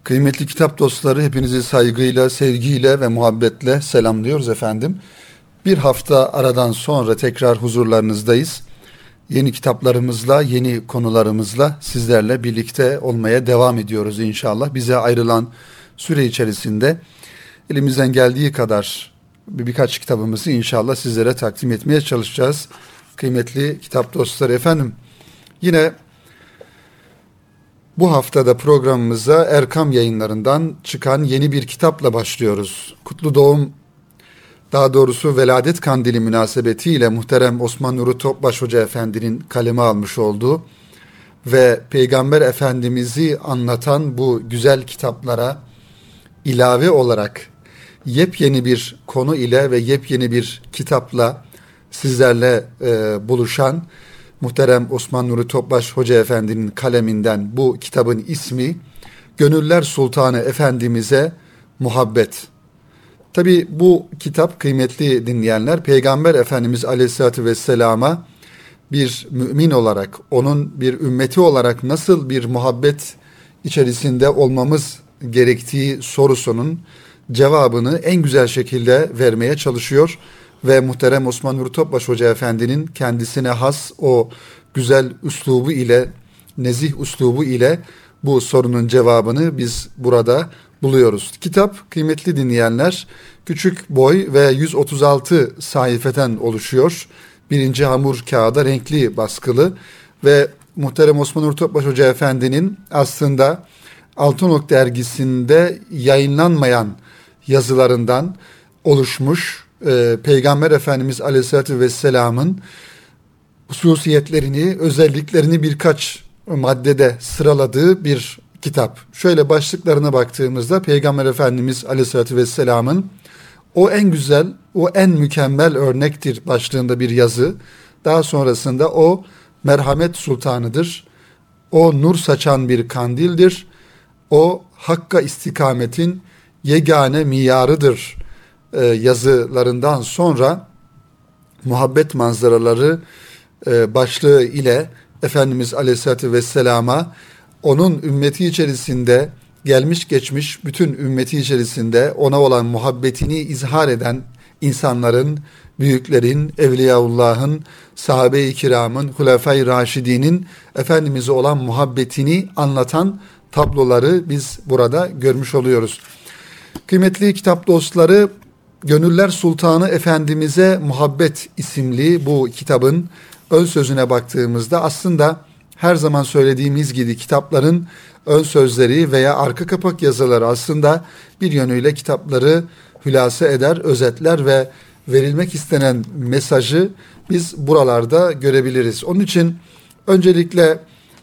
Kıymetli kitap dostları, hepinizi saygıyla, sevgiyle ve muhabbetle selamlıyoruz efendim. Bir hafta aradan sonra tekrar huzurlarınızdayız. Yeni kitaplarımızla, yeni konularımızla sizlerle birlikte olmaya devam ediyoruz inşallah. Bize ayrılan süre içerisinde elimizden geldiği kadar birkaç kitabımızı inşallah sizlere takdim etmeye çalışacağız. Kıymetli kitap dostları efendim, yine bu haftada programımıza Erkam Yayınları'ndan çıkan yeni bir kitapla başlıyoruz. Kutlu Doğum, daha doğrusu Veladet Kandili münasebetiyle muhterem Osman Nuri Topbaş Hoca Efendi'nin kaleme almış olduğu ve Peygamber Efendimiz'i anlatan bu güzel kitaplara ilave olarak yepyeni bir konu ile ve yepyeni bir kitapla sizlerle buluşan muhterem Osman Nuri Topbaş Hoca Efendi'nin kaleminden bu kitabın ismi Gönüller Sultanı Efendimiz'e Muhabbet. Tabi bu kitap, kıymetli dinleyenler, Peygamber Efendimiz Aleyhisselatü Vesselam'a bir mümin olarak, onun bir ümmeti olarak nasıl bir muhabbet içerisinde olmamız gerektiği sorusunun cevabını en güzel şekilde vermeye çalışıyor. Ve muhterem Osman Nuri Topbaş Hoca Efendi'nin kendisine has o güzel üslubu ile, nezih üslubu ile bu sorunun cevabını biz burada buluyoruz. Kitap, kıymetli dinleyenler, küçük boy ve 136 sayfeden oluşuyor. Birinci hamur kağıda, renkli baskılı ve muhterem Osman Nuri Topbaş Hoca Efendi'nin aslında Altınok dergisinde yayınlanmayan yazılarından oluşmuş, Peygamber Efendimiz Aleyhisselatü Vesselam'ın hususiyetlerini, özelliklerini birkaç maddede sıraladığı bir kitap. Şöyle başlıklarına baktığımızda Peygamber Efendimiz Aleyhisselatü Vesselam'ın o en güzel, o en mükemmel örnektir başlığında bir yazı. Daha sonrasında o merhamet sultanıdır. O nur saçan bir kandildir. O hakka istikametin yegane miyarıdır yazılarından sonra muhabbet manzaraları başlığı ile Efendimiz Aleyhisselatü Vesselam'a onun ümmeti içerisinde, gelmiş geçmiş bütün ümmeti içerisinde ona olan muhabbetini izhar eden insanların, büyüklerin, Evliyaullah'ın, sahabe-i kiramın, Hulefai Raşidinin Efendimiz'e olan muhabbetini anlatan tabloları biz burada görmüş oluyoruz. Kıymetli kitap dostları, Gönüller Sultanı Efendimiz'e Muhabbet isimli bu kitabın ön sözüne baktığımızda aslında her zaman söylediğimiz gibi kitapların ön sözleri veya arka kapak yazıları aslında bir yönüyle kitapları hülasa eder, özetler ve verilmek istenen mesajı biz buralarda görebiliriz. Onun için öncelikle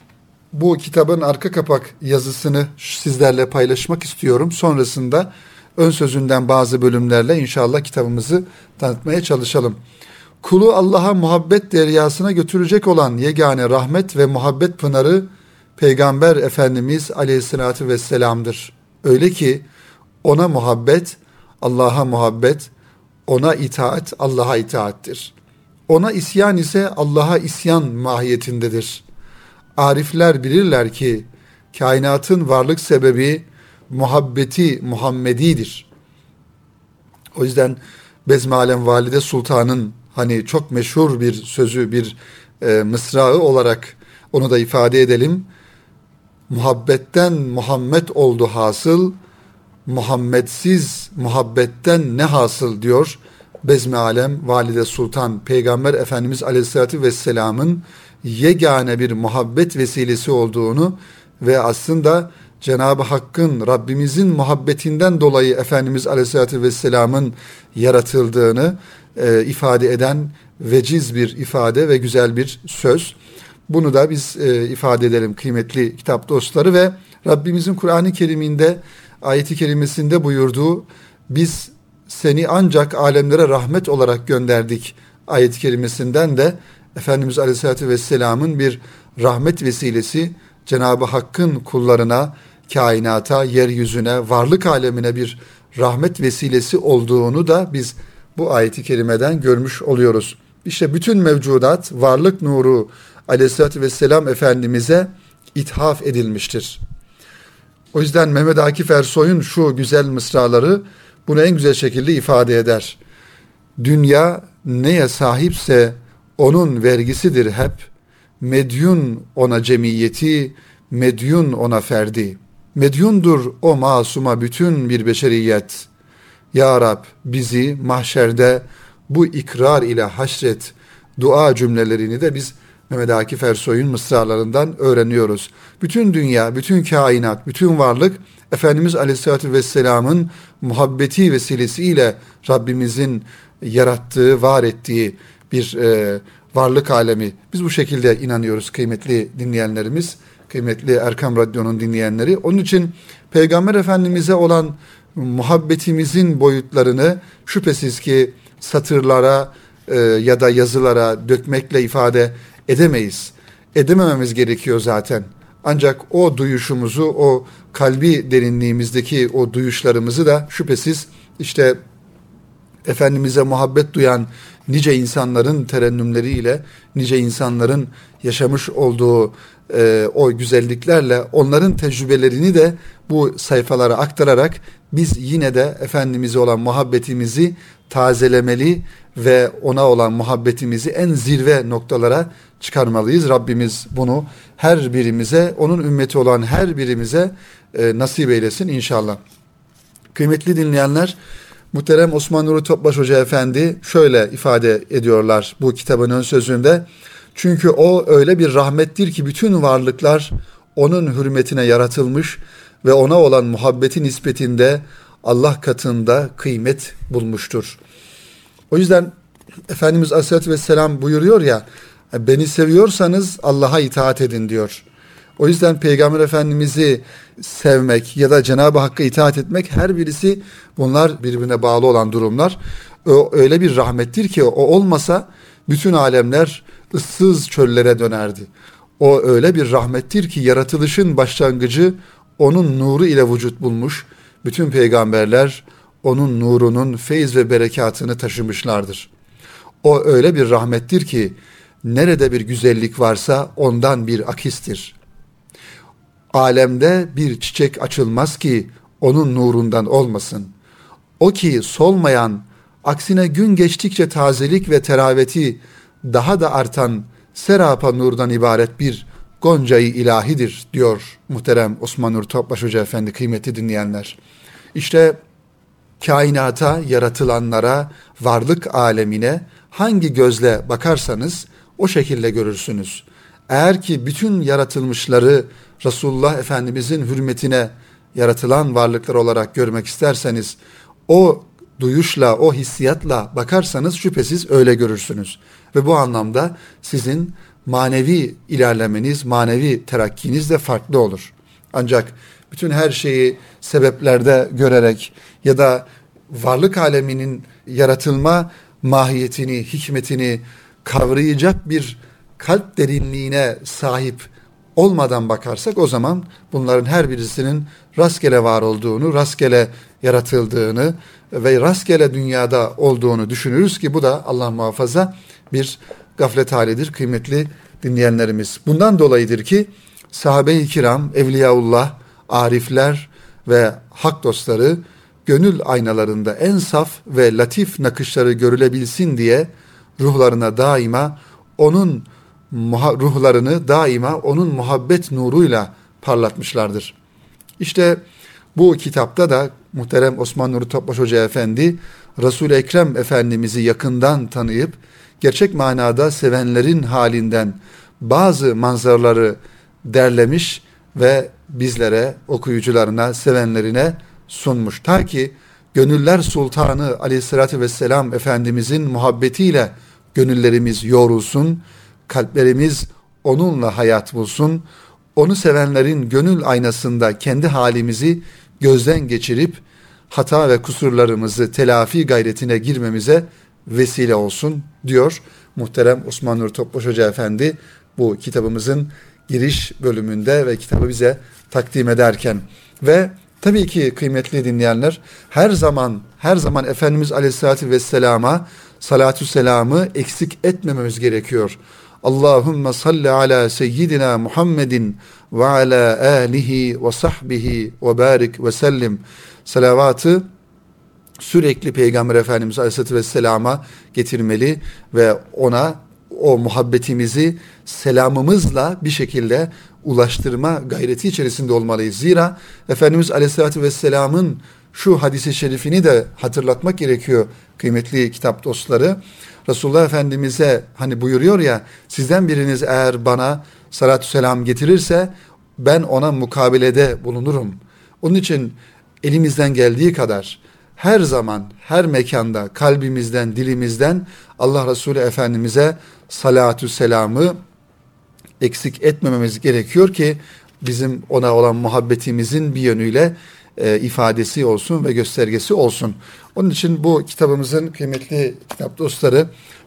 bu kitabın arka kapak yazısını sizlerle paylaşmak istiyorum. Sonrasında ön sözünden bazı bölümlerle inşallah kitabımızı tanıtmaya çalışalım. Kulu Allah'a muhabbet deryasına götürecek olan yegane rahmet ve muhabbet pınarı Peygamber Efendimiz Aleyhisselatü Vesselam'dır. Öyle ki ona muhabbet, Allah'a muhabbet, ona itaat, Allah'a itaattir. Ona isyan ise Allah'a isyan mahiyetindedir. Arifler bilirler ki kainatın varlık sebebi muhabbeti Muhammedidir. O yüzden Bezmi Alem Valide Sultan'ın hani çok meşhur bir sözü, bir mısrağı olarak onu da ifade edelim. Muhabbetten Muhammed oldu hasıl, Muhammedsiz muhabbetten ne hasıl diyor Bezmi Alem Valide Sultan. Peygamber Efendimiz Aleyhisselatü Vesselam'ın yegane bir muhabbet vesilesi olduğunu ve aslında Cenab-ı Hakk'ın, Rabbimizin muhabbetinden dolayı Efendimiz Aleyhisselatü Vesselam'ın yaratıldığını ifade eden veciz bir ifade ve güzel bir söz. Bunu da biz ifade edelim kıymetli kitap dostları ve Rabbimizin Kur'an-ı Kerim'inde, ayet-i kerimesinde buyurduğu biz seni ancak alemlere rahmet olarak gönderdik ayet-i kerimesinden de Efendimiz Aleyhisselatü Vesselam'ın bir rahmet vesilesi, Cenab-ı Hakk'ın kullarına, kainata, yeryüzüne, varlık alemine bir rahmet vesilesi olduğunu da biz bu ayet-i kerimeden görmüş oluyoruz. İşte bütün mevcudat varlık nuru Aleyhisselatü Vesselam Efendimiz'e ithaf edilmiştir. O yüzden Mehmet Akif Ersoy'un şu güzel mısraları bunu en güzel şekilde ifade eder. Dünya neye sahipse onun vergisidir hep. Medyun ona cemiyeti, medyun ona ferdi. Medyundur o masuma bütün bir beşeriyet. Ya Rab bizi mahşerde bu ikrar ile haşret dua cümlelerini de biz Mehmet Akif Ersoy'un mısralarından öğreniyoruz. Bütün dünya, bütün kainat, bütün varlık Efendimiz Aleyhisselatü Vesselam'ın muhabbeti vesilesiyle Rabbimizin yarattığı, var ettiği bir varlık alemi. Biz bu şekilde inanıyoruz kıymetli dinleyenlerimiz, kıymetli Erkam Radyo'nun dinleyenleri. Onun için Peygamber Efendimiz'e olan muhabbetimizin boyutlarını şüphesiz ki satırlara ya da yazılara dökmekle ifade edemeyiz. Edemememiz gerekiyor zaten. Ancak o duyuşumuzu, o kalbi derinliğimizdeki o duyuşlarımızı da şüphesiz işte Efendimiz'e muhabbet duyan nice insanların terennümleriyle, nice insanların yaşamış olduğu o güzelliklerle, onların tecrübelerini de bu sayfalara aktararak biz yine de Efendimiz'e olan muhabbetimizi tazelemeli ve ona olan muhabbetimizi en zirve noktalara çıkarmalıyız. Rabbimiz bunu her birimize, onun ümmeti olan her birimize nasip eylesin inşallah. Kıymetli dinleyenler, muhterem Osman Nuri Topbaş Hoca Efendi şöyle ifade ediyorlar bu kitabın ön sözünde. Çünkü o öyle bir rahmettir ki bütün varlıklar onun hürmetine yaratılmış ve ona olan muhabbeti nispetinde Allah katında kıymet bulmuştur. O yüzden Efendimiz Aleyhisselatü Vesselam buyuruyor ya, beni seviyorsanız Allah'a itaat edin diyor. O yüzden Peygamber Efendimiz'i sevmek ya da Cenab-ı Hakk'a itaat etmek, her birisi bunlar birbirine bağlı olan durumlar. O öyle bir rahmettir ki o olmasa bütün alemler ıssız çöllere dönerdi. O öyle bir rahmettir ki yaratılışın başlangıcı onun nuru ile vücut bulmuş. Bütün peygamberler onun nurunun feyz ve berekatını taşımışlardır. O öyle bir rahmettir ki nerede bir güzellik varsa ondan bir akistir. Alemde bir çiçek açılmaz ki onun nurundan olmasın. O ki solmayan, aksine gün geçtikçe tazelik ve teraveti daha da artan serapa nurdan ibaret bir goncayı ilahidir diyor muhterem Osman Nuri Topbaş Hoca Efendi, kıymetli dinleyenler. İşte kainata, yaratılanlara, varlık alemine hangi gözle bakarsanız o şekilde görürsünüz. Eğer ki bütün yaratılmışları Resulullah Efendimizin hürmetine yaratılan varlıklar olarak görmek isterseniz, o duyuşla, o hissiyatla bakarsanız şüphesiz öyle görürsünüz. Ve bu anlamda sizin manevi ilerlemeniz, manevi terakkiniz de farklı olur. Ancak bütün her şeyi sebeplerde görerek ya da varlık aleminin yaratılma mahiyetini, hikmetini kavrayacak bir kalp derinliğine sahip olmadan bakarsak, o zaman bunların her birisinin rastgele var olduğunu, rastgele yaratıldığını ve rastgele dünyada olduğunu düşünürüz ki bu da Allah muhafaza bir gaflet halidir kıymetli dinleyenlerimiz. Bundan dolayıdır ki sahabe-i kiram, evliyaullah, arifler ve hak dostları gönül aynalarında en saf ve latif nakışları görülebilsin diye ruhlarını daima onun muhabbet nuruyla parlatmışlardır. İşte bu kitapta da muhterem Osman Nuri Topbaş Hoca Efendi Resul-i Ekrem Efendimiz'i yakından tanıyıp gerçek manada sevenlerin halinden bazı manzaraları derlemiş ve bizlere, okuyucularına, sevenlerine sunmuş. Ta ki Gönüller Sultanı Aleyhisselatü Vesselam Efendimizin muhabbetiyle gönüllerimiz yoğrulsun, kalplerimiz onunla hayat bulsun, onu sevenlerin gönül aynasında kendi halimizi gözden geçirip hata ve kusurlarımızı telafi gayretine girmemize vesile olsun diyor muhterem Osman Nuri Topbaş Hoca Efendi bu kitabımızın giriş bölümünde ve kitabı bize takdim ederken. Ve tabii ki kıymetli dinleyenler, her zaman Efendimiz Aleyhisselatü Vesselam'a salatü selamı eksik etmememiz gerekiyor. Allahümme salli ala seyyidina Muhammedin ve ala alihi ve sahbihi ve barik ve sellim salavatı sürekli Peygamber Efendimiz Aleyhisselatü Vesselam'a getirmeli ve ona o muhabbetimizi selamımızla bir şekilde ulaştırma gayreti içerisinde olmalıyız. Zira Efendimiz Aleyhisselatü Vesselam'ın şu hadisi şerifini de hatırlatmak gerekiyor kıymetli kitap dostları. Resulullah Efendimiz'e hani buyuruyor ya, sizden biriniz eğer bana salatü selam getirirse ben ona mukabelede bulunurum. Onun için elimizden geldiği kadar her zaman, her mekanda, kalbimizden, dilimizden Allah Resulü Efendimiz'e salatü selamı eksik etmememiz gerekiyor ki bizim ona olan muhabbetimizin bir yönüyle ifadesi olsun ve göstergesi olsun. Onun için bu kitabımızın kıymetli kitap dostları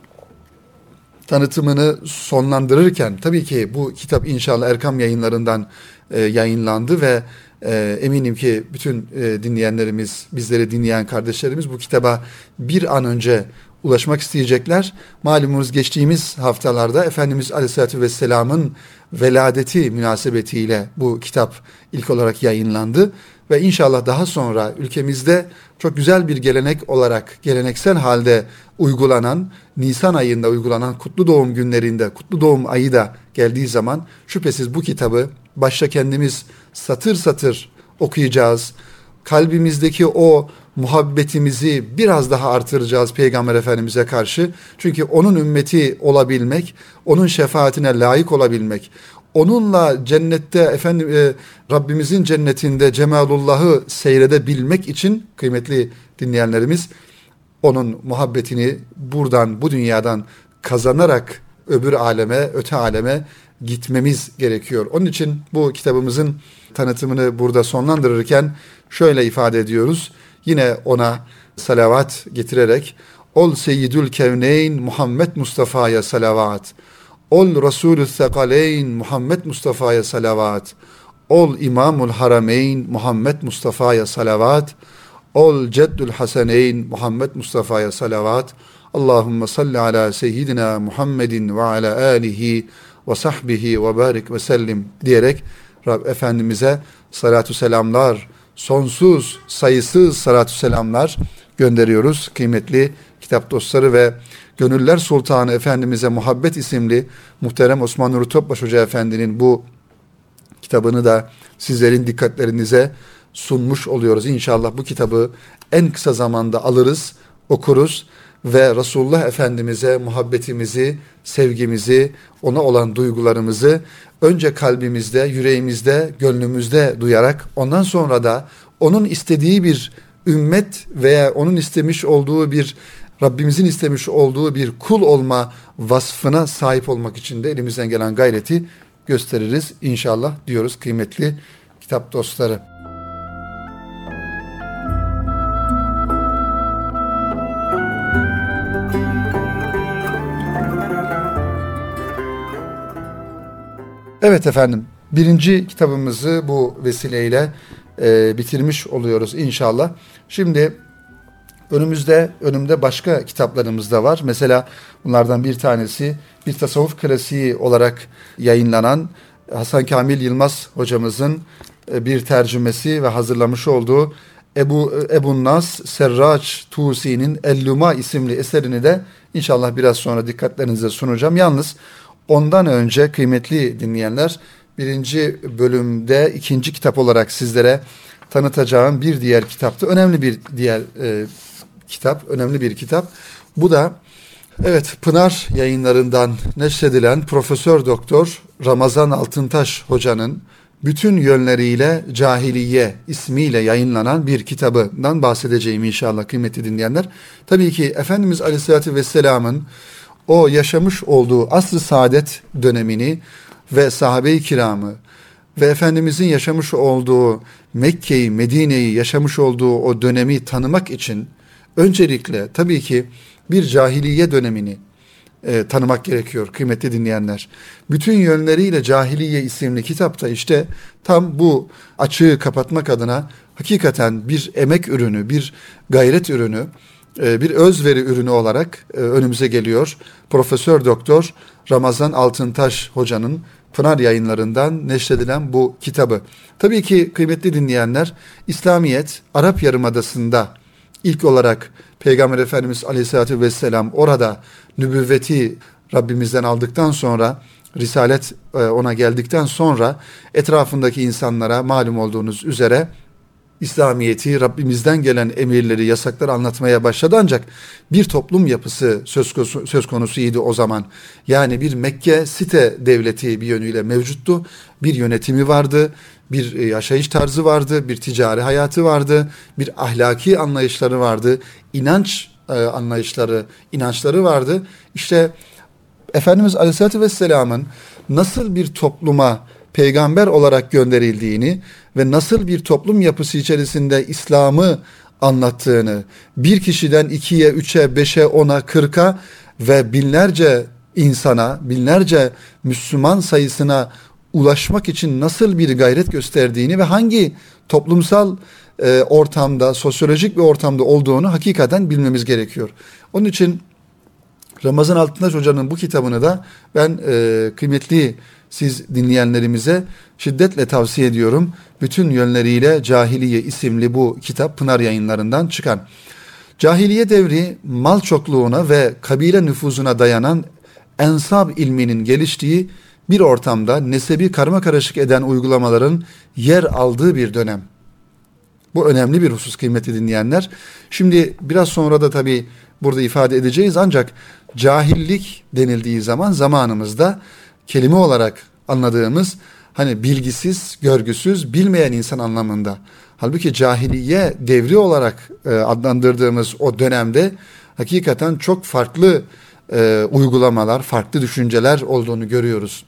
tanıtımını sonlandırırken, tabii ki bu kitap inşallah Erkam Yayınlarından yayınlandı ve eminim ki bütün dinleyenlerimiz, bizleri dinleyen kardeşlerimiz bu kitaba bir an önce ulaşmak isteyecekler. Malumunuz geçtiğimiz haftalarda Efendimiz Aleyhisselatü Vesselam'ın veladeti münasebetiyle bu kitap ilk olarak yayınlandı ve inşallah daha sonra ülkemizde çok güzel bir gelenek olarak, geleneksel halde uygulanan, Nisan ayında uygulanan kutlu doğum günlerinde, kutlu doğum ayı da geldiği zaman şüphesiz bu kitabı başta kendimiz satır satır okuyacağız. Kalbimizdeki o muhabbetimizi biraz daha artıracağız Peygamber Efendimiz'e karşı. Çünkü onun ümmeti olabilmek, onun şefaatine layık olabilmek, onunla cennette Rabbimizin cennetinde cemalullah'ı seyredebilmek için kıymetli dinleyenlerimiz onun muhabbetini buradan, bu dünyadan kazanarak öbür aleme, öte aleme gitmemiz gerekiyor. Onun için bu kitabımızın tanıtımını burada sonlandırırken şöyle ifade ediyoruz. Yine ona salavat getirerek ol seyyidül kevneyn Muhammed Mustafa'ya salavat. Ol Resulü Sekaleyn Muhammed Mustafa'ya salavat. Ol İmamul Harameyn Muhammed Mustafa'ya salavat. Ol Ceddül Haseneyn Muhammed Mustafa'ya salavat. Allahümme salli ala seyyidina Muhammedin ve ala alihi ve sahbihi ve barik ve sellim diyerek Rab Efendimiz'e salatü selamlar, sonsuz, sayısız salatü selamlar gönderiyoruz. Kıymetli kitap dostları ve Gönüller Sultanı Efendimiz'e Muhabbet isimli muhterem Osman Nuri Topbaş Hoca Efendi'nin bu kitabını da sizlerin dikkatlerinize sunmuş oluyoruz. İnşallah bu kitabı en kısa zamanda alırız, okuruz ve Resulullah Efendimiz'e muhabbetimizi, sevgimizi, ona olan duygularımızı önce kalbimizde, yüreğimizde, gönlümüzde duyarak ondan sonra da onun istediği bir ümmet veya onun istemiş olduğu bir Rabbimizin istemiş olduğu bir kul olma vasfına sahip olmak için de elimizden gelen gayreti gösteririz inşallah diyoruz kıymetli kitap dostları. Evet efendim, birinci kitabımızı bu vesileyle bitirmiş oluyoruz inşallah. Şimdi önümde başka kitaplarımız da var. Mesela bunlardan bir tanesi bir tasavvuf klasiği olarak yayınlanan Hasan Kamil Yılmaz hocamızın bir tercümesi ve hazırlamış olduğu Ebu Nas Serraç Tusi'nin El-Luma isimli eserini de inşallah biraz sonra dikkatlerinize sunacağım. Yalnız ondan önce kıymetli dinleyenler, birinci bölümde ikinci kitap olarak sizlere tanıtacağım bir diğer kitaptı. Önemli bir diğer kitap, önemli bir kitap. Bu da evet Pınar Yayınlarından neşredilen Profesör Doktor Ramazan Altıntaş Hoca'nın bütün yönleriyle Cahiliye ismiyle yayınlanan bir kitabından bahsedeceğim inşallah kıymetli dinleyenler. Tabii ki Efendimiz Aleyhisselatü Vesselam'ın o yaşamış olduğu asr-ı saadet dönemini ve sahabe-i kiramı ve Efendimizin yaşamış olduğu Mekke'yi, Medine'yi yaşamış olduğu o dönemi tanımak için öncelikle tabii ki bir cahiliye dönemini tanımak gerekiyor kıymetli dinleyenler. Bütün yönleriyle Cahiliye isimli kitapta işte tam bu açığı kapatmak adına hakikaten bir emek ürünü, bir gayret ürünü bir özveri ürünü olarak önümüze geliyor. Profesör Doktor Ramazan Altıntaş Hoca'nın Pınar Yayınları'ndan neşredilen bu kitabı. Tabii ki kıymetli dinleyenler, İslamiyet Arap Yarımadası'nda ilk olarak Peygamber Efendimiz Aleyhisselatü Vesselam orada nübüvveti Rabbimizden aldıktan sonra, Risalet ona geldikten sonra etrafındaki insanlara malum olduğunuz üzere İslamiyet'i, Rabbimizden gelen emirleri, yasakları anlatmaya başladı, ancak bir toplum yapısı söz konusuydu o zaman. Yani bir Mekke site devleti bir yönüyle mevcuttu. Bir yönetimi vardı, bir yaşayış tarzı vardı, bir ticari hayatı vardı, bir ahlaki anlayışları vardı, inanç anlayışları, inançları vardı. İşte Efendimiz Aleyhisselatü Vesselam'ın nasıl bir topluma peygamber olarak gönderildiğini ve nasıl bir toplum yapısı içerisinde İslam'ı anlattığını, bir kişiden 2'ye, 3'e, 5'e, 10'a, 40'a ve binlerce insana, binlerce Müslüman sayısına ulaşmak için nasıl bir gayret gösterdiğini ve hangi toplumsal ortamda, sosyolojik bir ortamda olduğunu hakikaten bilmemiz gerekiyor. Onun için Ramazan Altıntaş Hoca'nın bu kitabını da ben kıymetli siz dinleyenlerimize şiddetle tavsiye ediyorum. Bütün yönleriyle Cahiliye isimli bu kitap Pınar Yayınları'ndan çıkan. Cahiliye devri mal çokluğuna ve kabile nüfuzuna dayanan ensab ilminin geliştiği bir ortamda nesebi karmakarışık eden uygulamaların yer aldığı bir dönem. Bu önemli bir husus kıymetli dinleyenler. Şimdi biraz sonra da tabii burada ifade edeceğiz, ancak cahillik denildiği zaman zamanımızda kelime olarak anladığımız hani bilgisiz, görgüsüz, bilmeyen insan anlamında. Halbuki cahiliye devri olarak adlandırdığımız o dönemde hakikaten çok farklı uygulamalar, farklı düşünceler olduğunu görüyoruz.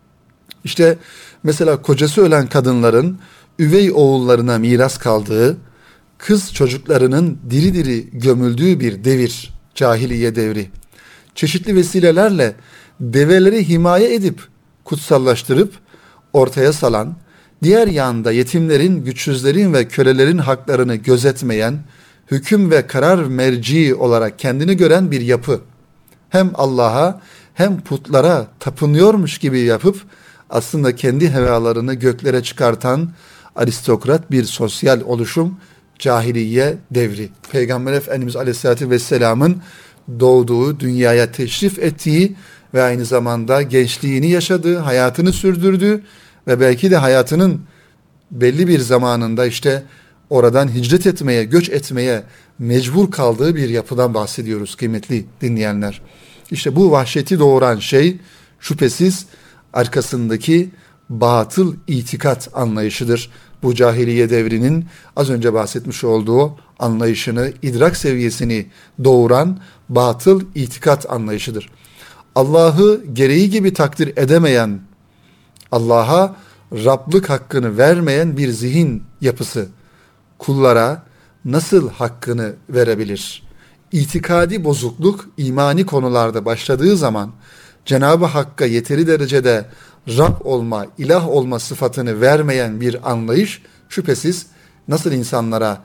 İşte mesela kocası ölen kadınların üvey oğullarına miras kaldığı, kız çocuklarının diri diri gömüldüğü bir devir, cahiliye devri. Çeşitli vesilelerle develeri himaye edip kutsallaştırıp ortaya salan, diğer yanda yetimlerin, güçsüzlerin ve kölelerin haklarını gözetmeyen, hüküm ve karar merci olarak kendini gören bir yapı. Hem Allah'a hem putlara tapınıyormuş gibi yapıp aslında kendi hevalarını göklere çıkartan aristokrat bir sosyal oluşum, cahiliye devri. Peygamber Efendimiz Aleyhisselatü Vesselam'ın doğduğu, dünyaya teşrif ettiği ve aynı zamanda gençliğini yaşadığı, hayatını sürdürdüğü ve belki de hayatının belli bir zamanında işte oradan hicret etmeye, göç etmeye mecbur kaldığı bir yapıdan bahsediyoruz kıymetli dinleyenler. İşte bu vahşeti doğuran şey şüphesiz arkasındaki batıl itikat anlayışıdır. Bu cahiliye devrinin az önce bahsetmiş olduğu anlayışını, idrak seviyesini doğuran batıl itikat anlayışıdır. Allah'ı gereği gibi takdir edemeyen, Allah'a Rablık hakkını vermeyen bir zihin yapısı kullara nasıl hakkını verebilir? İtikadi bozukluk imani konularda başladığı zaman Cenab-ı Hakk'a yeteri derecede Rab olma, ilah olma sıfatını vermeyen bir anlayış şüphesiz nasıl insanlara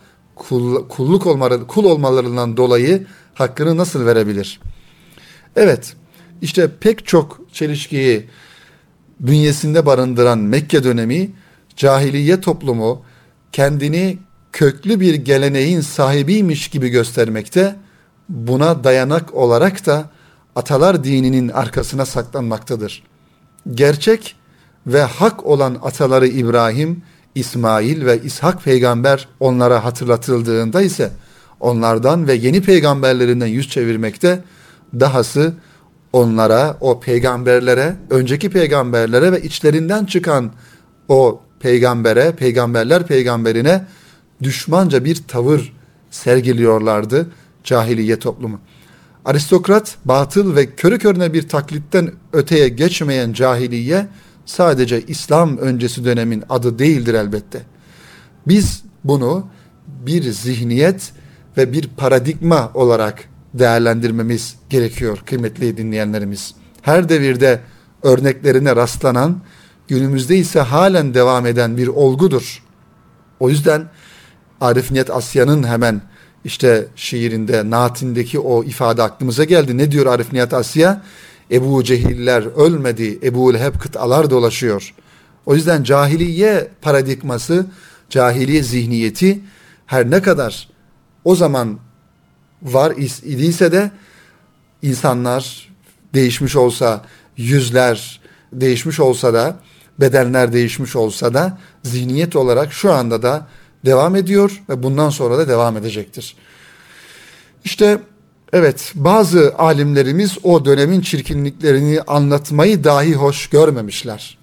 kul olmalarından dolayı hakkını nasıl verebilir? Evet, işte pek çok çelişkiyi bünyesinde barındıran Mekke dönemi, cahiliye toplumu kendini köklü bir geleneğin sahibiymiş gibi göstermekte, buna dayanak olarak da atalar dininin arkasına saklanmaktadır. Gerçek ve hak olan ataları İbrahim, İsmail ve İshak peygamber onlara hatırlatıldığında ise onlardan ve yeni peygamberlerinden yüz çevirmekte, dahası onlara, o peygamberlere, önceki peygamberlere ve içlerinden çıkan o peygambere, peygamberler peygamberine düşmanca bir tavır sergiliyorlardı cahiliye toplumu. Aristokrat, batıl ve körü körüne bir taklitten öteye geçmeyen cahiliye sadece İslam öncesi dönemin adı değildir elbette. Biz bunu bir zihniyet ve bir paradigma olarak değerlendirmemiz gerekiyor kıymetli dinleyenlerimiz. Her devirde örneklerine rastlanan, günümüzde ise halen devam eden bir olgudur. O yüzden Arif Niyet Asya'nın hemen İşte şiirinde, naatindeki o ifade aklımıza geldi. Ne diyor Arif Nihat Asya? Ebu Cehiller ölmedi, Ebu Leheb kıtalar dolaşıyor. O yüzden cahiliye paradigması, cahiliye zihniyeti her ne kadar o zaman var idiyse de insanlar değişmiş olsa, yüzler değişmiş olsa da, bedenler değişmiş olsa da zihniyet olarak şu anda da devam ediyor ve bundan sonra da devam edecektir. İşte evet, bazı alimlerimiz o dönemin çirkinliklerini anlatmayı dahi hoş görmemişler.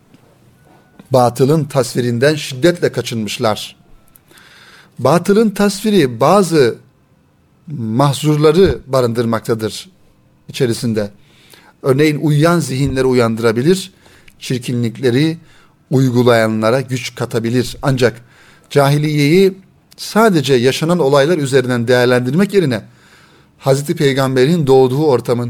Batılın tasvirinden şiddetle kaçınmışlar. Batılın tasviri bazı mahzurları barındırmaktadır içerisinde. Örneğin uyuyan zihinleri uyandırabilir, çirkinlikleri uygulayanlara güç katabilir. Ancak cahiliyeyi sadece yaşanan olaylar üzerinden değerlendirmek yerine Hazreti Peygamber'in doğduğu ortamın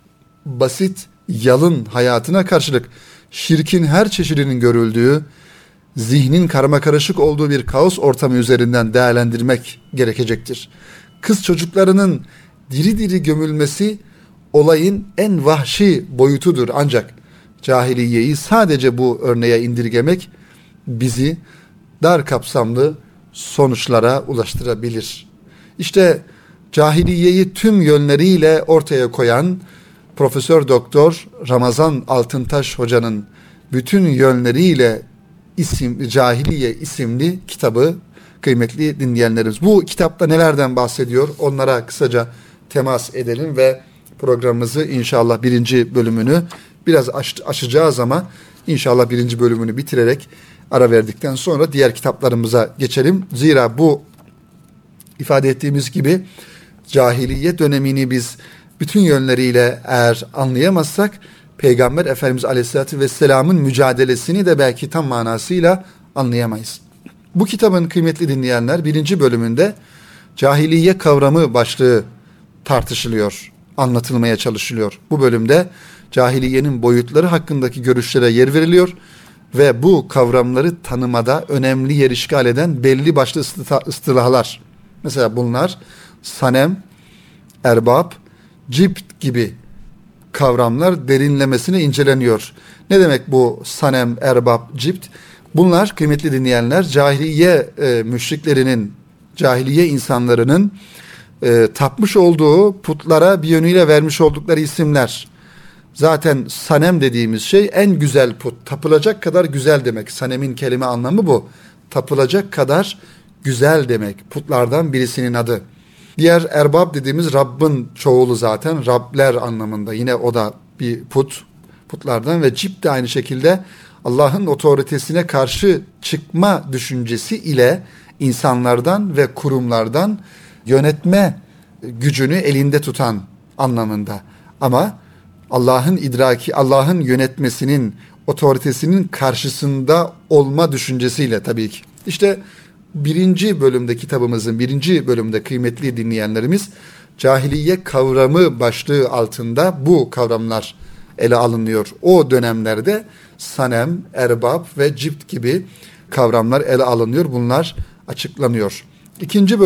basit, yalın hayatına karşılık şirkin her çeşidinin görüldüğü, zihnin karmakarışık olduğu bir kaos ortamı üzerinden değerlendirmek gerekecektir. Kız çocuklarının diri diri gömülmesi olayın en vahşi boyutudur. Ancak cahiliyeyi sadece bu örneğe indirgemek bizi dar kapsamlı sonuçlara ulaştırabilir. İşte cahiliyeyi tüm yönleriyle ortaya koyan Profesör Doktor Ramazan Altıntaş Hoca'nın bütün yönleriyle Cahiliye isimli kitabı, kıymetli dinleyenlerimiz. Bu kitapta nelerden bahsediyor? Onlara kısaca temas edelim ve programımızı inşallah birinci bölümünü biraz aşacağız ama inşallah birinci bölümünü bitirerek ara verdikten sonra diğer kitaplarımıza geçelim. Zira bu ifade ettiğimiz gibi cahiliye dönemini biz bütün yönleriyle eğer anlayamazsak Peygamber Efendimiz Aleyhisselatü Vesselam'ın mücadelesini de belki tam manasıyla anlayamayız. Bu kitabın kıymetli dinleyenler birinci bölümünde cahiliye kavramı başlığı tartışılıyor, anlatılmaya çalışılıyor. Bu bölümde cahiliyenin boyutları hakkındaki görüşlere yer veriliyor ve bu kavramları tanımada önemli yer işgal eden belli başlı ıstılahlar. Mesela bunlar sanem, erbab, cipt gibi kavramlar derinlemesine inceleniyor. Ne demek bu sanem, erbab, cipt? Bunlar kıymetli dinleyenler cahiliye müşriklerinin, cahiliye insanlarının tapmış olduğu putlara bir yönüyle vermiş oldukları isimler. Zaten sanem dediğimiz şey en güzel put. Tapılacak kadar güzel demek. Sanemin kelime anlamı bu. Tapılacak kadar güzel demek. Putlardan birisinin adı. Diğer erbab dediğimiz Rabbin çoğulu zaten. Rabler anlamında. Yine o da bir putlardan ve cipt de aynı şekilde Allah'ın otoritesine karşı çıkma düşüncesi ile insanlardan ve kurumlardan yönetme gücünü elinde tutan anlamında. Ama Allah'ın idraki, Allah'ın yönetmesinin, otoritesinin karşısında olma düşüncesiyle tabii ki. İşte birinci bölümde kitabımızın birinci bölümde kıymetli dinleyenlerimiz cahiliye kavramı başlığı altında bu kavramlar ele alınıyor. O dönemlerde sanem, erbab ve cipt gibi kavramlar ele alınıyor. Bunlar açıklanıyor. İkinci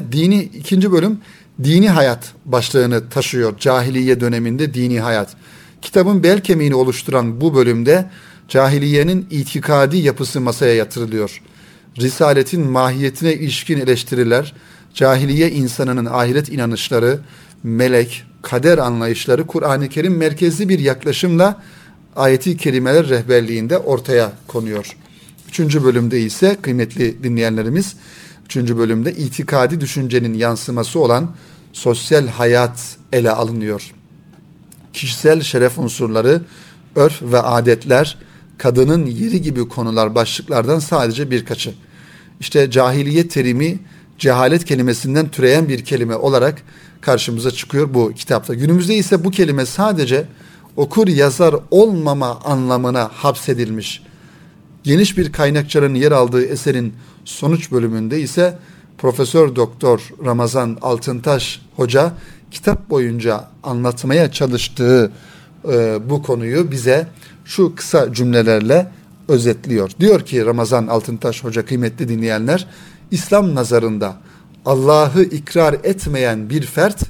bölüm dini hayat başlığını taşıyor. Cahiliye döneminde dini hayat. Kitabın bel kemiğini oluşturan bu bölümde cahiliyenin itikadi yapısı masaya yatırılıyor. Risaletin mahiyetine ilişkin eleştiriler, cahiliye insanının ahiret inanışları, melek, kader anlayışları Kur'an-ı Kerim merkezli bir yaklaşımla ayeti kerimeler rehberliğinde ortaya konuyor. Üçüncü bölümde ise kıymetli dinleyenlerimiz, üçüncü bölümde itikadi düşüncenin yansıması olan sosyal hayat ele alınıyor. Kişisel şeref unsurları, örf ve adetler, kadının yeri gibi konular başlıklardan sadece birkaçı. İşte cahiliye terimi cehalet kelimesinden türeyen bir kelime olarak karşımıza çıkıyor bu kitapta. Günümüzde ise bu kelime sadece okur yazar olmama anlamına hapsedilmiş. Geniş bir kaynakçanın yer aldığı eserin sonuç bölümünde ise Profesör Doktor Ramazan Altıntaş Hoca kitap boyunca anlatmaya çalıştığı bu konuyu bize şu kısa cümlelerle özetliyor. Diyor ki Ramazan Altıntaş Hoca, kıymetli dinleyenler, İslam nazarında Allah'ı ikrar etmeyen bir fert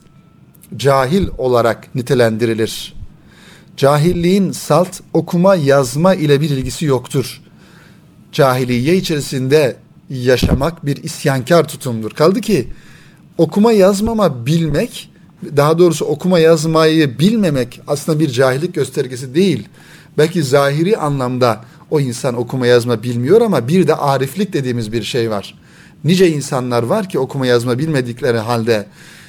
cahil olarak nitelendirilir. Cahilliğin salt okuma yazma ile bir ilgisi yoktur. Cahiliye içerisinde yaşamak bir isyankar tutumdur. Kaldı ki okuma yazmama bilmek, daha doğrusu okuma yazmayı bilmemek aslında bir cahillik göstergesi değil. Belki zahiri anlamda o insan okuma yazma bilmiyor ama bir de ariflik dediğimiz bir şey var. Nice insanlar var ki okuma yazma bilmedikleri halde,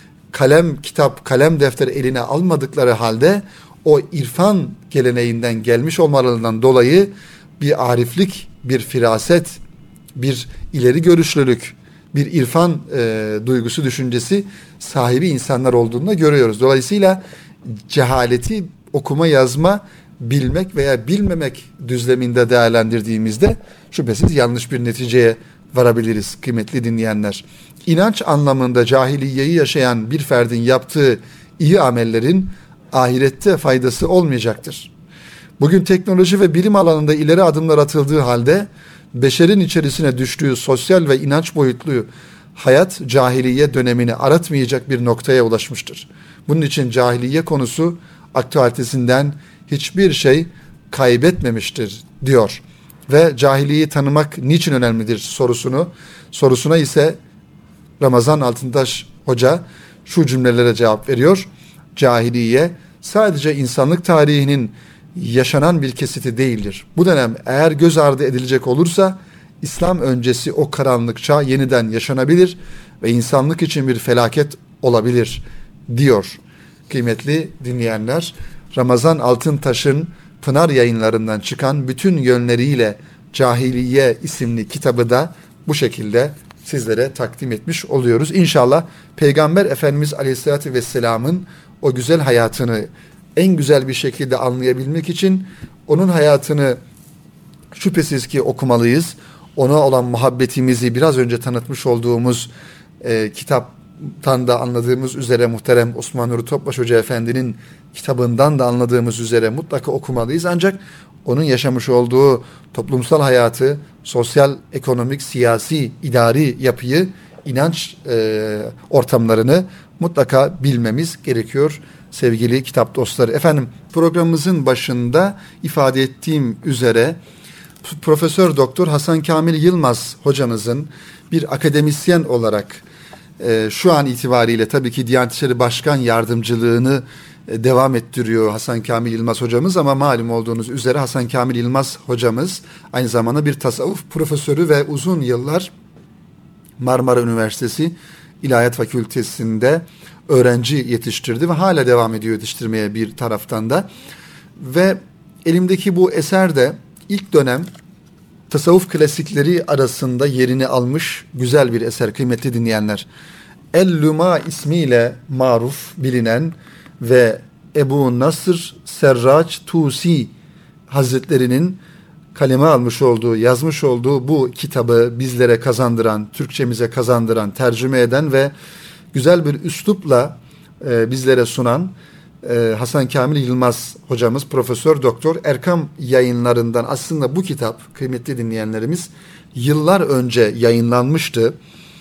kalem kitap, kalem defter eline almadıkları halde o irfan geleneğinden gelmiş olmalarından dolayı bir ariflik, bir firaset, bir ileri görüşlülük, bir irfan duygusu, düşüncesi sahibi insanlar olduğunu da görüyoruz. Dolayısıyla cehaleti okuma yazma bilmek veya bilmemek düzleminde değerlendirdiğimizde şüphesiz yanlış bir neticeye varabiliriz kıymetli dinleyenler. İnanç anlamında cahiliyeyi yaşayan bir ferdin yaptığı iyi amellerin ahirette faydası olmayacaktır. Bugün teknoloji ve bilim alanında ileri adımlar atıldığı halde beşerin içerisine düştüğü sosyal ve inanç boyutlu hayat cahiliye dönemini aratmayacak bir noktaya ulaşmıştır. Bunun için cahiliye konusu aktüalitesinden hiçbir şey kaybetmemiştir diyor. Ve cahiliyeyi tanımak niçin önemlidir sorusuna ise Ramazan Altıntaş Hoca şu cümlelere cevap veriyor. Cahiliye sadece insanlık tarihinin yaşanan bir kesiti değildir. Bu dönem eğer göz ardı edilecek olursa İslam öncesi o karanlık çağ yeniden yaşanabilir ve insanlık için bir felaket olabilir diyor. Kıymetli dinleyenler, Ramazan Altıntaş'ın Pınar Yayınlarından çıkan bütün yönleriyle Cahiliye isimli kitabı da bu şekilde sizlere takdim etmiş oluyoruz. İnşallah Peygamber Efendimiz Aleyhisselatü Vesselam'ın o güzel hayatını en güzel bir şekilde anlayabilmek için onun hayatını şüphesiz ki okumalıyız. Ona olan muhabbetimizi biraz önce tanıtmış olduğumuz kitaptan da anladığımız üzere, muhterem Osman Nuri Topbaş Hoca Efendi'nin kitabından da anladığımız üzere mutlaka okumalıyız. Ancak onun yaşamış olduğu toplumsal hayatı, sosyal, ekonomik, siyasi, idari yapıyı, inanç ortamlarını mutlaka bilmemiz gerekiyor sevgili kitap dostları. Efendim, programımızın başında ifade ettiğim üzere Profesör Doktor Hasan Kamil Yılmaz hocamızın bir akademisyen olarak şu an itibariyle tabii ki Diyanet İşleri Başkan Yardımcılığını devam ettiriyor Hasan Kamil Yılmaz hocamız, ama malum olduğunuz üzere Hasan Kamil Yılmaz hocamız aynı zamanda bir tasavvuf profesörü ve uzun yıllar Marmara Üniversitesi İlahiyat Fakültesi'nde öğrenci yetiştirdi ve hala devam ediyor yetiştirmeye bir taraftan da. Ve elimdeki bu eser de ilk dönem tasavvuf klasikleri arasında yerini almış güzel bir eser kıymetli dinleyenler. El-Luma ismiyle maruf bilinen ve Ebu Nasr Serraç Tusi Hazretlerinin kaleme almış olduğu, yazmış olduğu bu kitabı bizlere kazandıran, Türkçemize kazandıran, tercüme eden ve güzel bir üslupla bizlere sunan Hasan Kamil Yılmaz hocamız, Profesör Doktor Erkam Yayınlarından aslında bu kitap kıymetli dinleyenlerimiz yıllar önce yayınlanmıştı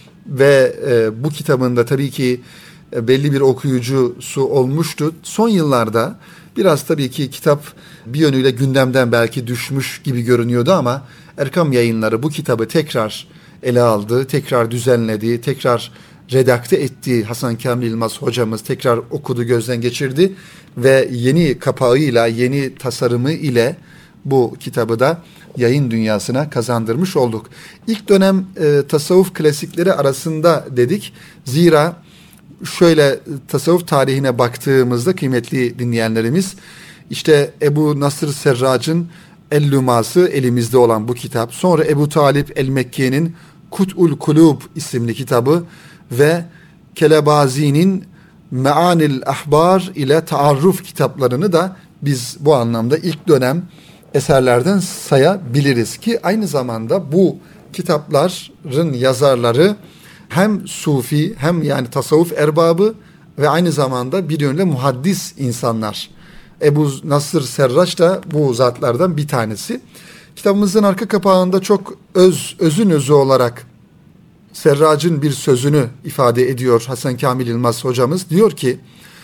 ve bu kitabın da tabii ki belli bir okuyucusu olmuştu. Son yıllarda biraz tabii ki kitap bir yönüyle gündemden belki düşmüş gibi görünüyordu ama Erkam Yayınları bu kitabı tekrar ele aldı, tekrar düzenledi, tekrar redakte etti. Hasan Kamil Yılmaz hocamız tekrar okudu, gözden geçirdi ve yeni kapağıyla, yeni tasarımı ile bu kitabı da yayın dünyasına kazandırmış olduk. İlk dönem tasavvuf klasikleri arasında dedik. Zira şöyle tasavvuf tarihine baktığımızda kıymetli dinleyenlerimiz, işte Ebu Nasr Serrac'ın El-Luması elimizde olan bu kitap, sonra Ebu Talip el-Mekki'nin Kut'ul Kulub isimli kitabı ve Kelebazi'nin Me'anil Ahbar ile Taarruf kitaplarını da biz bu anlamda ilk dönem eserlerden sayabiliriz ki aynı zamanda bu kitapların yazarları hem sufi hem yani tasavvuf erbabı ve aynı zamanda bir yönüyle muhaddis insanlar. Ebu Nasr Serraç da bu zatlardan bir tanesi. Kitabımızın arka kapağında çok özün özü olarak Serrac'ın bir sözünü ifade ediyor Hasan Kamil Yılmaz hocamız. Diyor ki,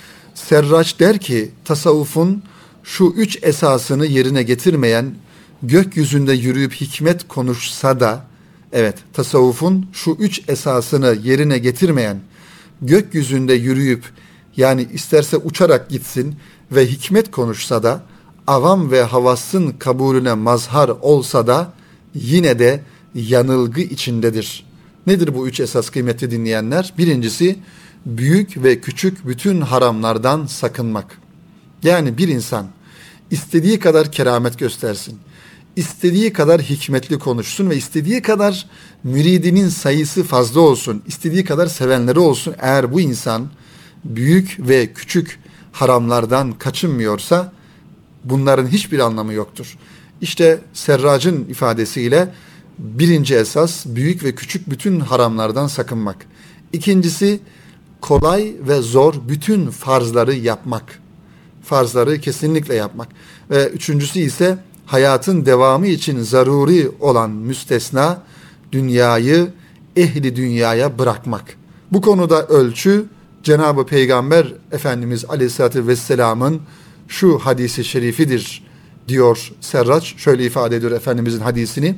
Serraç der ki, tasavvufun şu 3 esasını yerine getirmeyen, gökyüzünde yürüyüp hikmet konuşsa da, evet, tasavvufun şu 3 esasını yerine getirmeyen, gökyüzünde yürüyüp, yani isterse uçarak gitsin ve hikmet konuşsa da, avam ve havasın kabulüne mazhar olsa da, yine de yanılgı içindedir. Nedir bu 3 esas kıymetli dinleyenler? Birincisi, büyük ve küçük bütün haramlardan sakınmak. Yani bir insan istediği kadar keramet göstersin, istediği kadar hikmetli konuşsun ve istediği kadar müridinin sayısı fazla olsun, istediği kadar sevenleri olsun. Eğer bu insan büyük ve küçük haramlardan kaçınmıyorsa bunların hiçbir anlamı yoktur. İşte Serrac'ın ifadesiyle birinci esas büyük ve küçük bütün haramlardan sakınmak. İkincisi kolay ve zor bütün farzları yapmak. Farzları kesinlikle yapmak. Ve üçüncüsü ise hayatın devamı için zaruri olan müstesna dünyayı ehli dünyaya bırakmak. Bu konuda ölçü Cenab-ı Peygamber Efendimiz Aleyhisselatü Vesselam'ın şu hadisi şerifidir diyor Serraç. Şöyle ifade ediyor Efendimizin hadisini.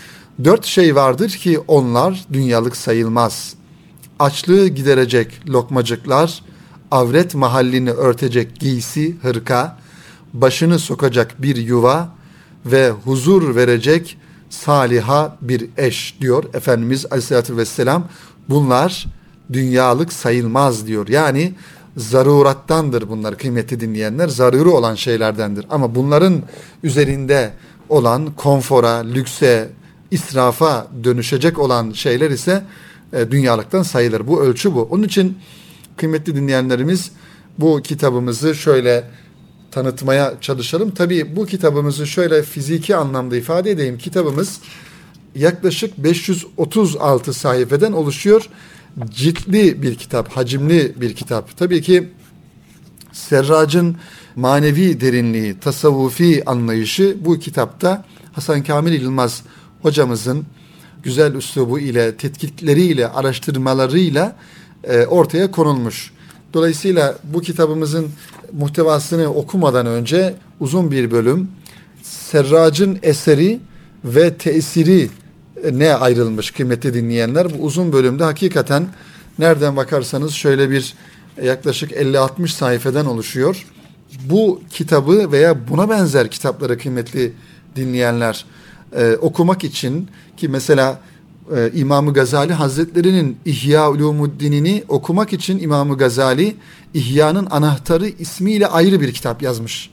4 şey vardır ki onlar dünyalık sayılmaz. Açlığı giderecek lokmacıklar, avret mahallini örtecek giysi, hırka, başını sokacak bir yuva ve huzur verecek saliha bir eş diyor Efendimiz Aleyhisselatü Vesselam. Bunlar dünyalık sayılmaz diyor. Yani zarurattandır bunlar kıymetli dinleyenler. Zaruri olan şeylerdendir. Ama bunların üzerinde olan konfora, lükse, israfa dönüşecek olan şeyler ise dünyalıktan sayılır. Bu ölçü bu. Onun için kıymetli dinleyenlerimiz bu kitabımızı şöyle tanıtmaya çalışalım. Tabii bu kitabımızı şöyle fiziki anlamda ifade edeyim. Kitabımız yaklaşık 536 sayfeden oluşuyor. Ciltli bir kitap, hacimli bir kitap. Tabii ki Serrac'ın manevi derinliği, tasavvufi anlayışı bu kitapta Hasan Kamil Yılmaz hocamızın güzel üslubu ile, tetkikleriyle, araştırmalarıyla ortaya konulmuş. Dolayısıyla bu kitabımızın muhtevasını okumadan önce uzun bir bölüm Serrac'ın eseri ve tesiri ne ayrılmış kıymetli dinleyenler. Bu uzun bölümde hakikaten nereden bakarsanız şöyle bir yaklaşık 50-60 sayfeden oluşuyor. Bu kitabı veya buna benzer kitapları kıymetli dinleyenler okumak için ki mesela İmam-ı Gazali Hazretleri'nin İhya Ulumuddin'ini okumak için İmam-ı Gazali İhya'nın Anahtarı ismiyle ayrı bir kitap yazmış.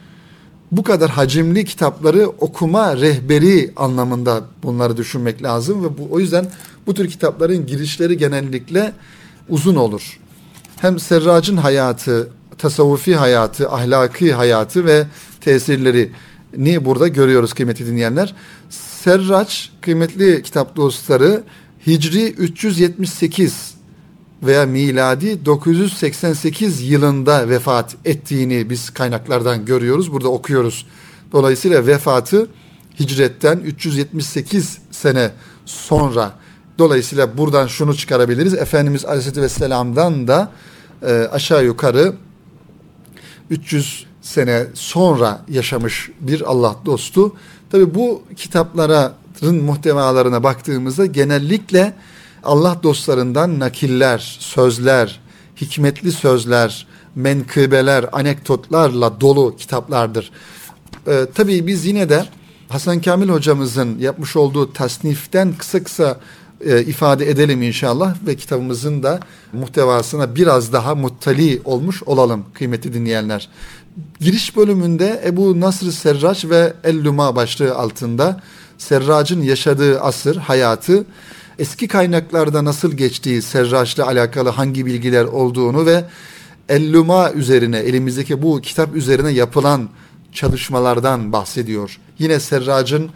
Bu kadar hacimli kitapları okuma rehberi anlamında bunları düşünmek lazım ve o yüzden bu tür kitapların girişleri genellikle uzun olur. Hem Serrac'ın hayatı, tasavvufi hayatı, ahlaki hayatı ve tesirlerini burada görüyoruz kıymetli dinleyenler. Serraç kıymetli kitap dostları Hicri 378 veya miladi 988 yılında vefat ettiğini biz kaynaklardan görüyoruz. Burada okuyoruz. Dolayısıyla vefatı hicretten 378 sene sonra. Dolayısıyla buradan şunu çıkarabiliriz. Efendimiz Aleyhisselatü Vesselam'dan da aşağı yukarı 300 sene sonra yaşamış bir Allah dostu. Tabii bu kitapların muhtevalarına baktığımızda genellikle Allah dostlarından nakiller, sözler, hikmetli sözler, menkıbeler, anekdotlarla dolu kitaplardır. Tabii biz yine de Hasan Kamil hocamızın yapmış olduğu tasniften kısa kısa ifade edelim inşallah ve kitabımızın da muhtevasına biraz daha muttali olmuş olalım kıymetli dinleyenler. Giriş bölümünde Ebu Nasr Serraç ve El-Luma başlığı altında Serrac'ın yaşadığı asır, hayatı, eski kaynaklarda nasıl geçtiği, Serraç'la alakalı hangi bilgiler olduğunu ve El-Luma üzerine, elimizdeki bu kitap üzerine yapılan çalışmalardan bahsediyor. Yine Serrac'ın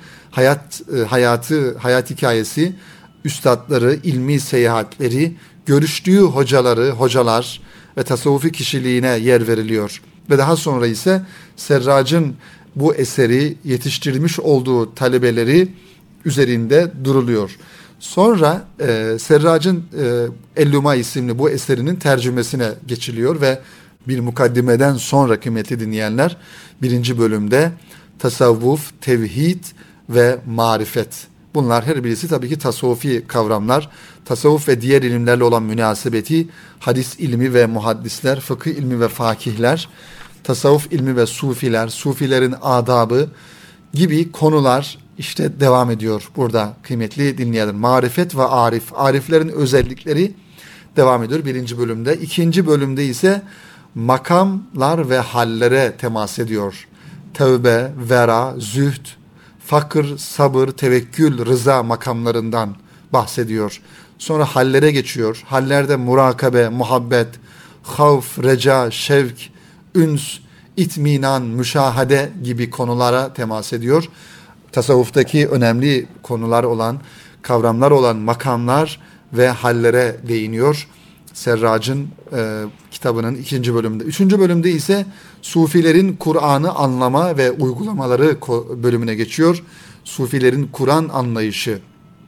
hayat hikayesi, üstadları, ilmi seyahatleri, görüştüğü hocalar ve tasavvufi kişiliğine yer veriliyor. Ve daha sonra ise Serrac'ın bu eseri yetiştirmiş olduğu talebeleri üzerinde duruluyor. Sonra Serrac'ın El-Luma isimli bu eserinin tercümesine geçiliyor ve bir mukaddimeden sonra kıymetli dinleyenler birinci bölümde tasavvuf, tevhid ve marifet. Bunlar her birisi tabii ki tasavvufi kavramlar. Tasavvuf ve diğer ilimlerle olan münasebeti, hadis ilmi ve muhaddisler, fıkıh ilmi ve fakihler, tasavvuf ilmi ve sufiler, sufilerin adabı gibi konular işte devam ediyor burada kıymetli dinleyenler. Marifet ve arif, ariflerin özellikleri devam ediyor birinci bölümde. İkinci bölümde ise makamlar ve hallere temas ediyor. Tevbe, vera, zühd, fakir, sabır, tevekkül, rıza makamlarından bahsediyor. Sonra hallere geçiyor. Hallerde murakabe, muhabbet, havf, reca, şevk, üns, itminan, müşahede gibi konulara temas ediyor. Tasavvuftaki önemli konular olan, kavramlar olan makamlar ve hallere değiniyor. Serrac'ın kitabının ikinci bölümünde. Üçüncü bölümde ise Sufilerin Kur'an'ı anlama ve uygulamaları bölümüne geçiyor. Sufilerin Kur'an anlayışı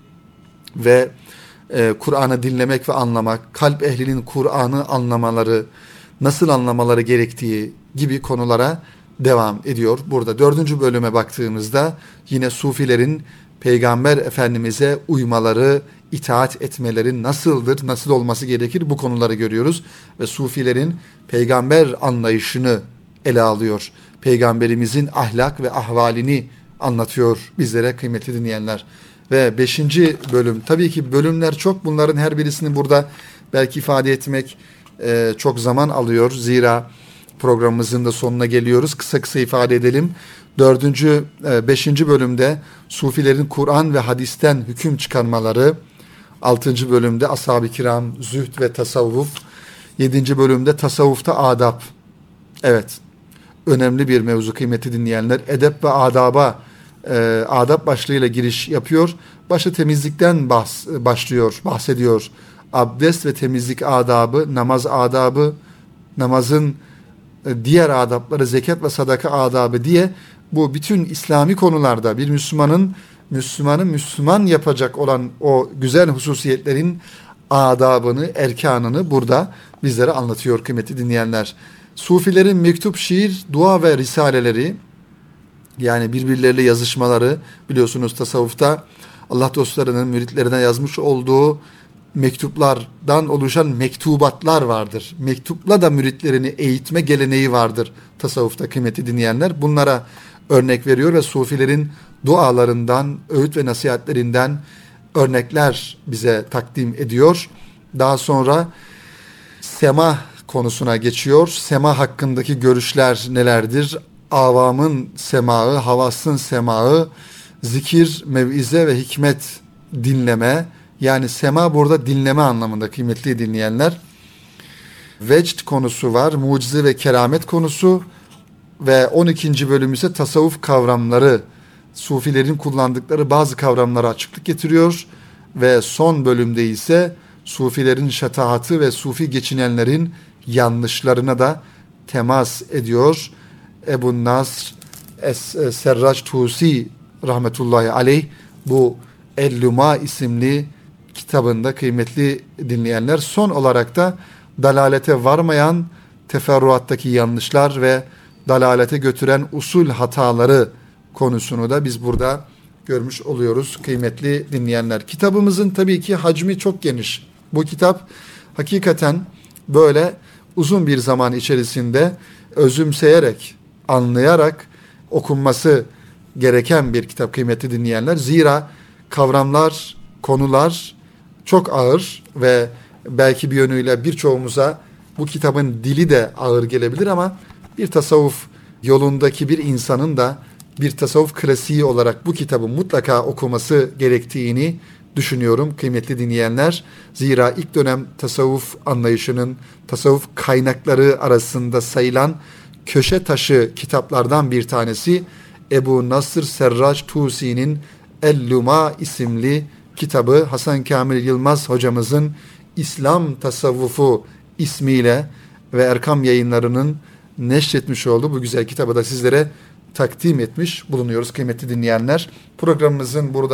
ve Kur'an'ı dinlemek ve anlamak, kalp ehlinin Kur'an'ı anlamaları, nasıl anlamaları gerektiği gibi konulara devam ediyor. Burada dördüncü bölüme baktığımızda yine Sufilerin Peygamber Efendimiz'e uymaları, itaat etmeleri nasıldır, nasıl olması gerekir bu konuları görüyoruz. Ve Sufilerin peygamber anlayışını ele alıyor. Peygamberimizin ahlak ve ahvalini anlatıyor bizlere kıymetli dinleyenler. Ve 5. bölüm, tabii ki bölümler çok, bunların her birisini burada belki ifade etmek çok zaman alıyor. Zira programımızın da sonuna geliyoruz. Kısa kısa ifade edelim. 5. bölümde Sufilerin Kur'an ve hadisten hüküm çıkarmaları, 6. bölümde Ashab-ı Kiram, zühd ve tasavvuf, 7. bölümde tasavvufta adab. Evet, önemli bir mevzu kıymeti dinleyenler. Edep ve adaba, adab başlığıyla giriş yapıyor. Başta temizlikten bahsediyor. Abdest ve temizlik adabı, namaz adabı, namazın diğer adapları, zekat ve sadaka adabı diye bu bütün İslami konularda bir Müslümanı Müslüman yapacak olan o güzel hususiyetlerin adabını, erkanını burada bizlere anlatıyor kıymetli dinleyenler. Sufilerin mektup, şiir, dua ve risaleleri, yani birbirleriyle yazışmaları, biliyorsunuz tasavvufta Allah dostlarının müritlerine yazmış olduğu mektuplardan oluşan mektubatlar vardır. Mektupla da müritlerini eğitme geleneği vardır tasavvufta kıymetli dinleyenler. Bunlara örnek veriyor ve Sufilerin dualarından, öğüt ve nasihatlerinden örnekler bize takdim ediyor. Daha sonra sema konusuna geçiyor. Sema hakkındaki görüşler nelerdir? Avamın semağı, havasın semağı, zikir, mevize ve hikmet dinleme. Yani sema burada dinleme anlamında kıymetli dinleyenler. Vecd konusu var, mucize ve keramet konusu ve 12. bölüm ise tasavvuf kavramları, Sufilerin kullandıkları bazı kavramlara açıklık getiriyor ve son bölümde ise Sufilerin şatahatı ve Sufi geçinenlerin yanlışlarına da temas ediyor. Ebu Nasr Serraç Tusi rahmetullahi aleyh bu El-Luma isimli kitabında kıymetli dinleyenler son olarak da dalalete varmayan teferruattaki yanlışlar ve dalalete götüren usul hataları konusunu da biz burada görmüş oluyoruz kıymetli dinleyenler. Kitabımızın tabii ki hacmi çok geniş. Bu kitap hakikaten böyle uzun bir zaman içerisinde özümseyerek, anlayarak okunması gereken bir kitap kıymetli dinleyenler. Zira kavramlar, konular çok ağır ve belki bir yönüyle birçoğumuza bu kitabın dili de ağır gelebilir ama bir tasavvuf yolundaki bir insanın da bir tasavvuf klasiği olarak bu kitabı mutlaka okuması gerektiğini düşünüyorum kıymetli dinleyenler. Zira ilk dönem tasavvuf anlayışının, tasavvuf kaynakları arasında sayılan köşe taşı kitaplardan bir tanesi Ebu Nasr Serraç Tusi'nin El-Luma isimli kitabı, Hasan Kamil Yılmaz hocamızın İslam Tasavvufu ismiyle ve Erkam Yayınları'nın neşretmiş olduğu bu güzel kitabı da sizlere takdim etmiş bulunuyoruz kıymetli dinleyenler. Programımızın burada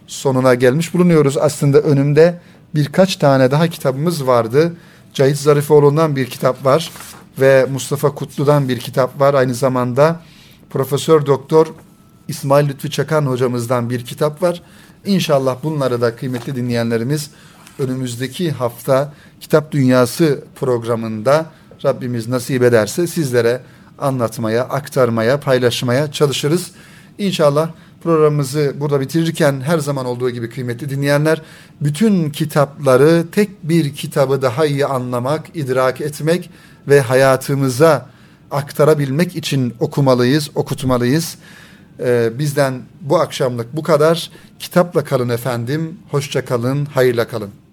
sonuna gelmiş bulunuyoruz. Aslında önümde birkaç tane daha kitabımız vardı. Cahit Zarifoğlu'ndan bir kitap var ve Mustafa Kutlu'dan bir kitap var. Aynı zamanda Profesör Doktor İsmail Lütfi Çakan hocamızdan bir kitap var. İnşallah bunları da kıymetli dinleyenlerimiz önümüzdeki hafta Kitap Dünyası programında Rabbimiz nasip ederse sizlere anlatmaya, aktarmaya, paylaşmaya çalışırız. İnşallah programımızı burada bitirirken her zaman olduğu gibi kıymetli dinleyenler, bütün kitapları, tek bir kitabı daha iyi anlamak, idrak etmek ve hayatımıza aktarabilmek için okumalıyız, okutmalıyız. Bizden bu akşamlık bu kadar. Kitapla kalın efendim, hoşça kalın, hayırla kalın.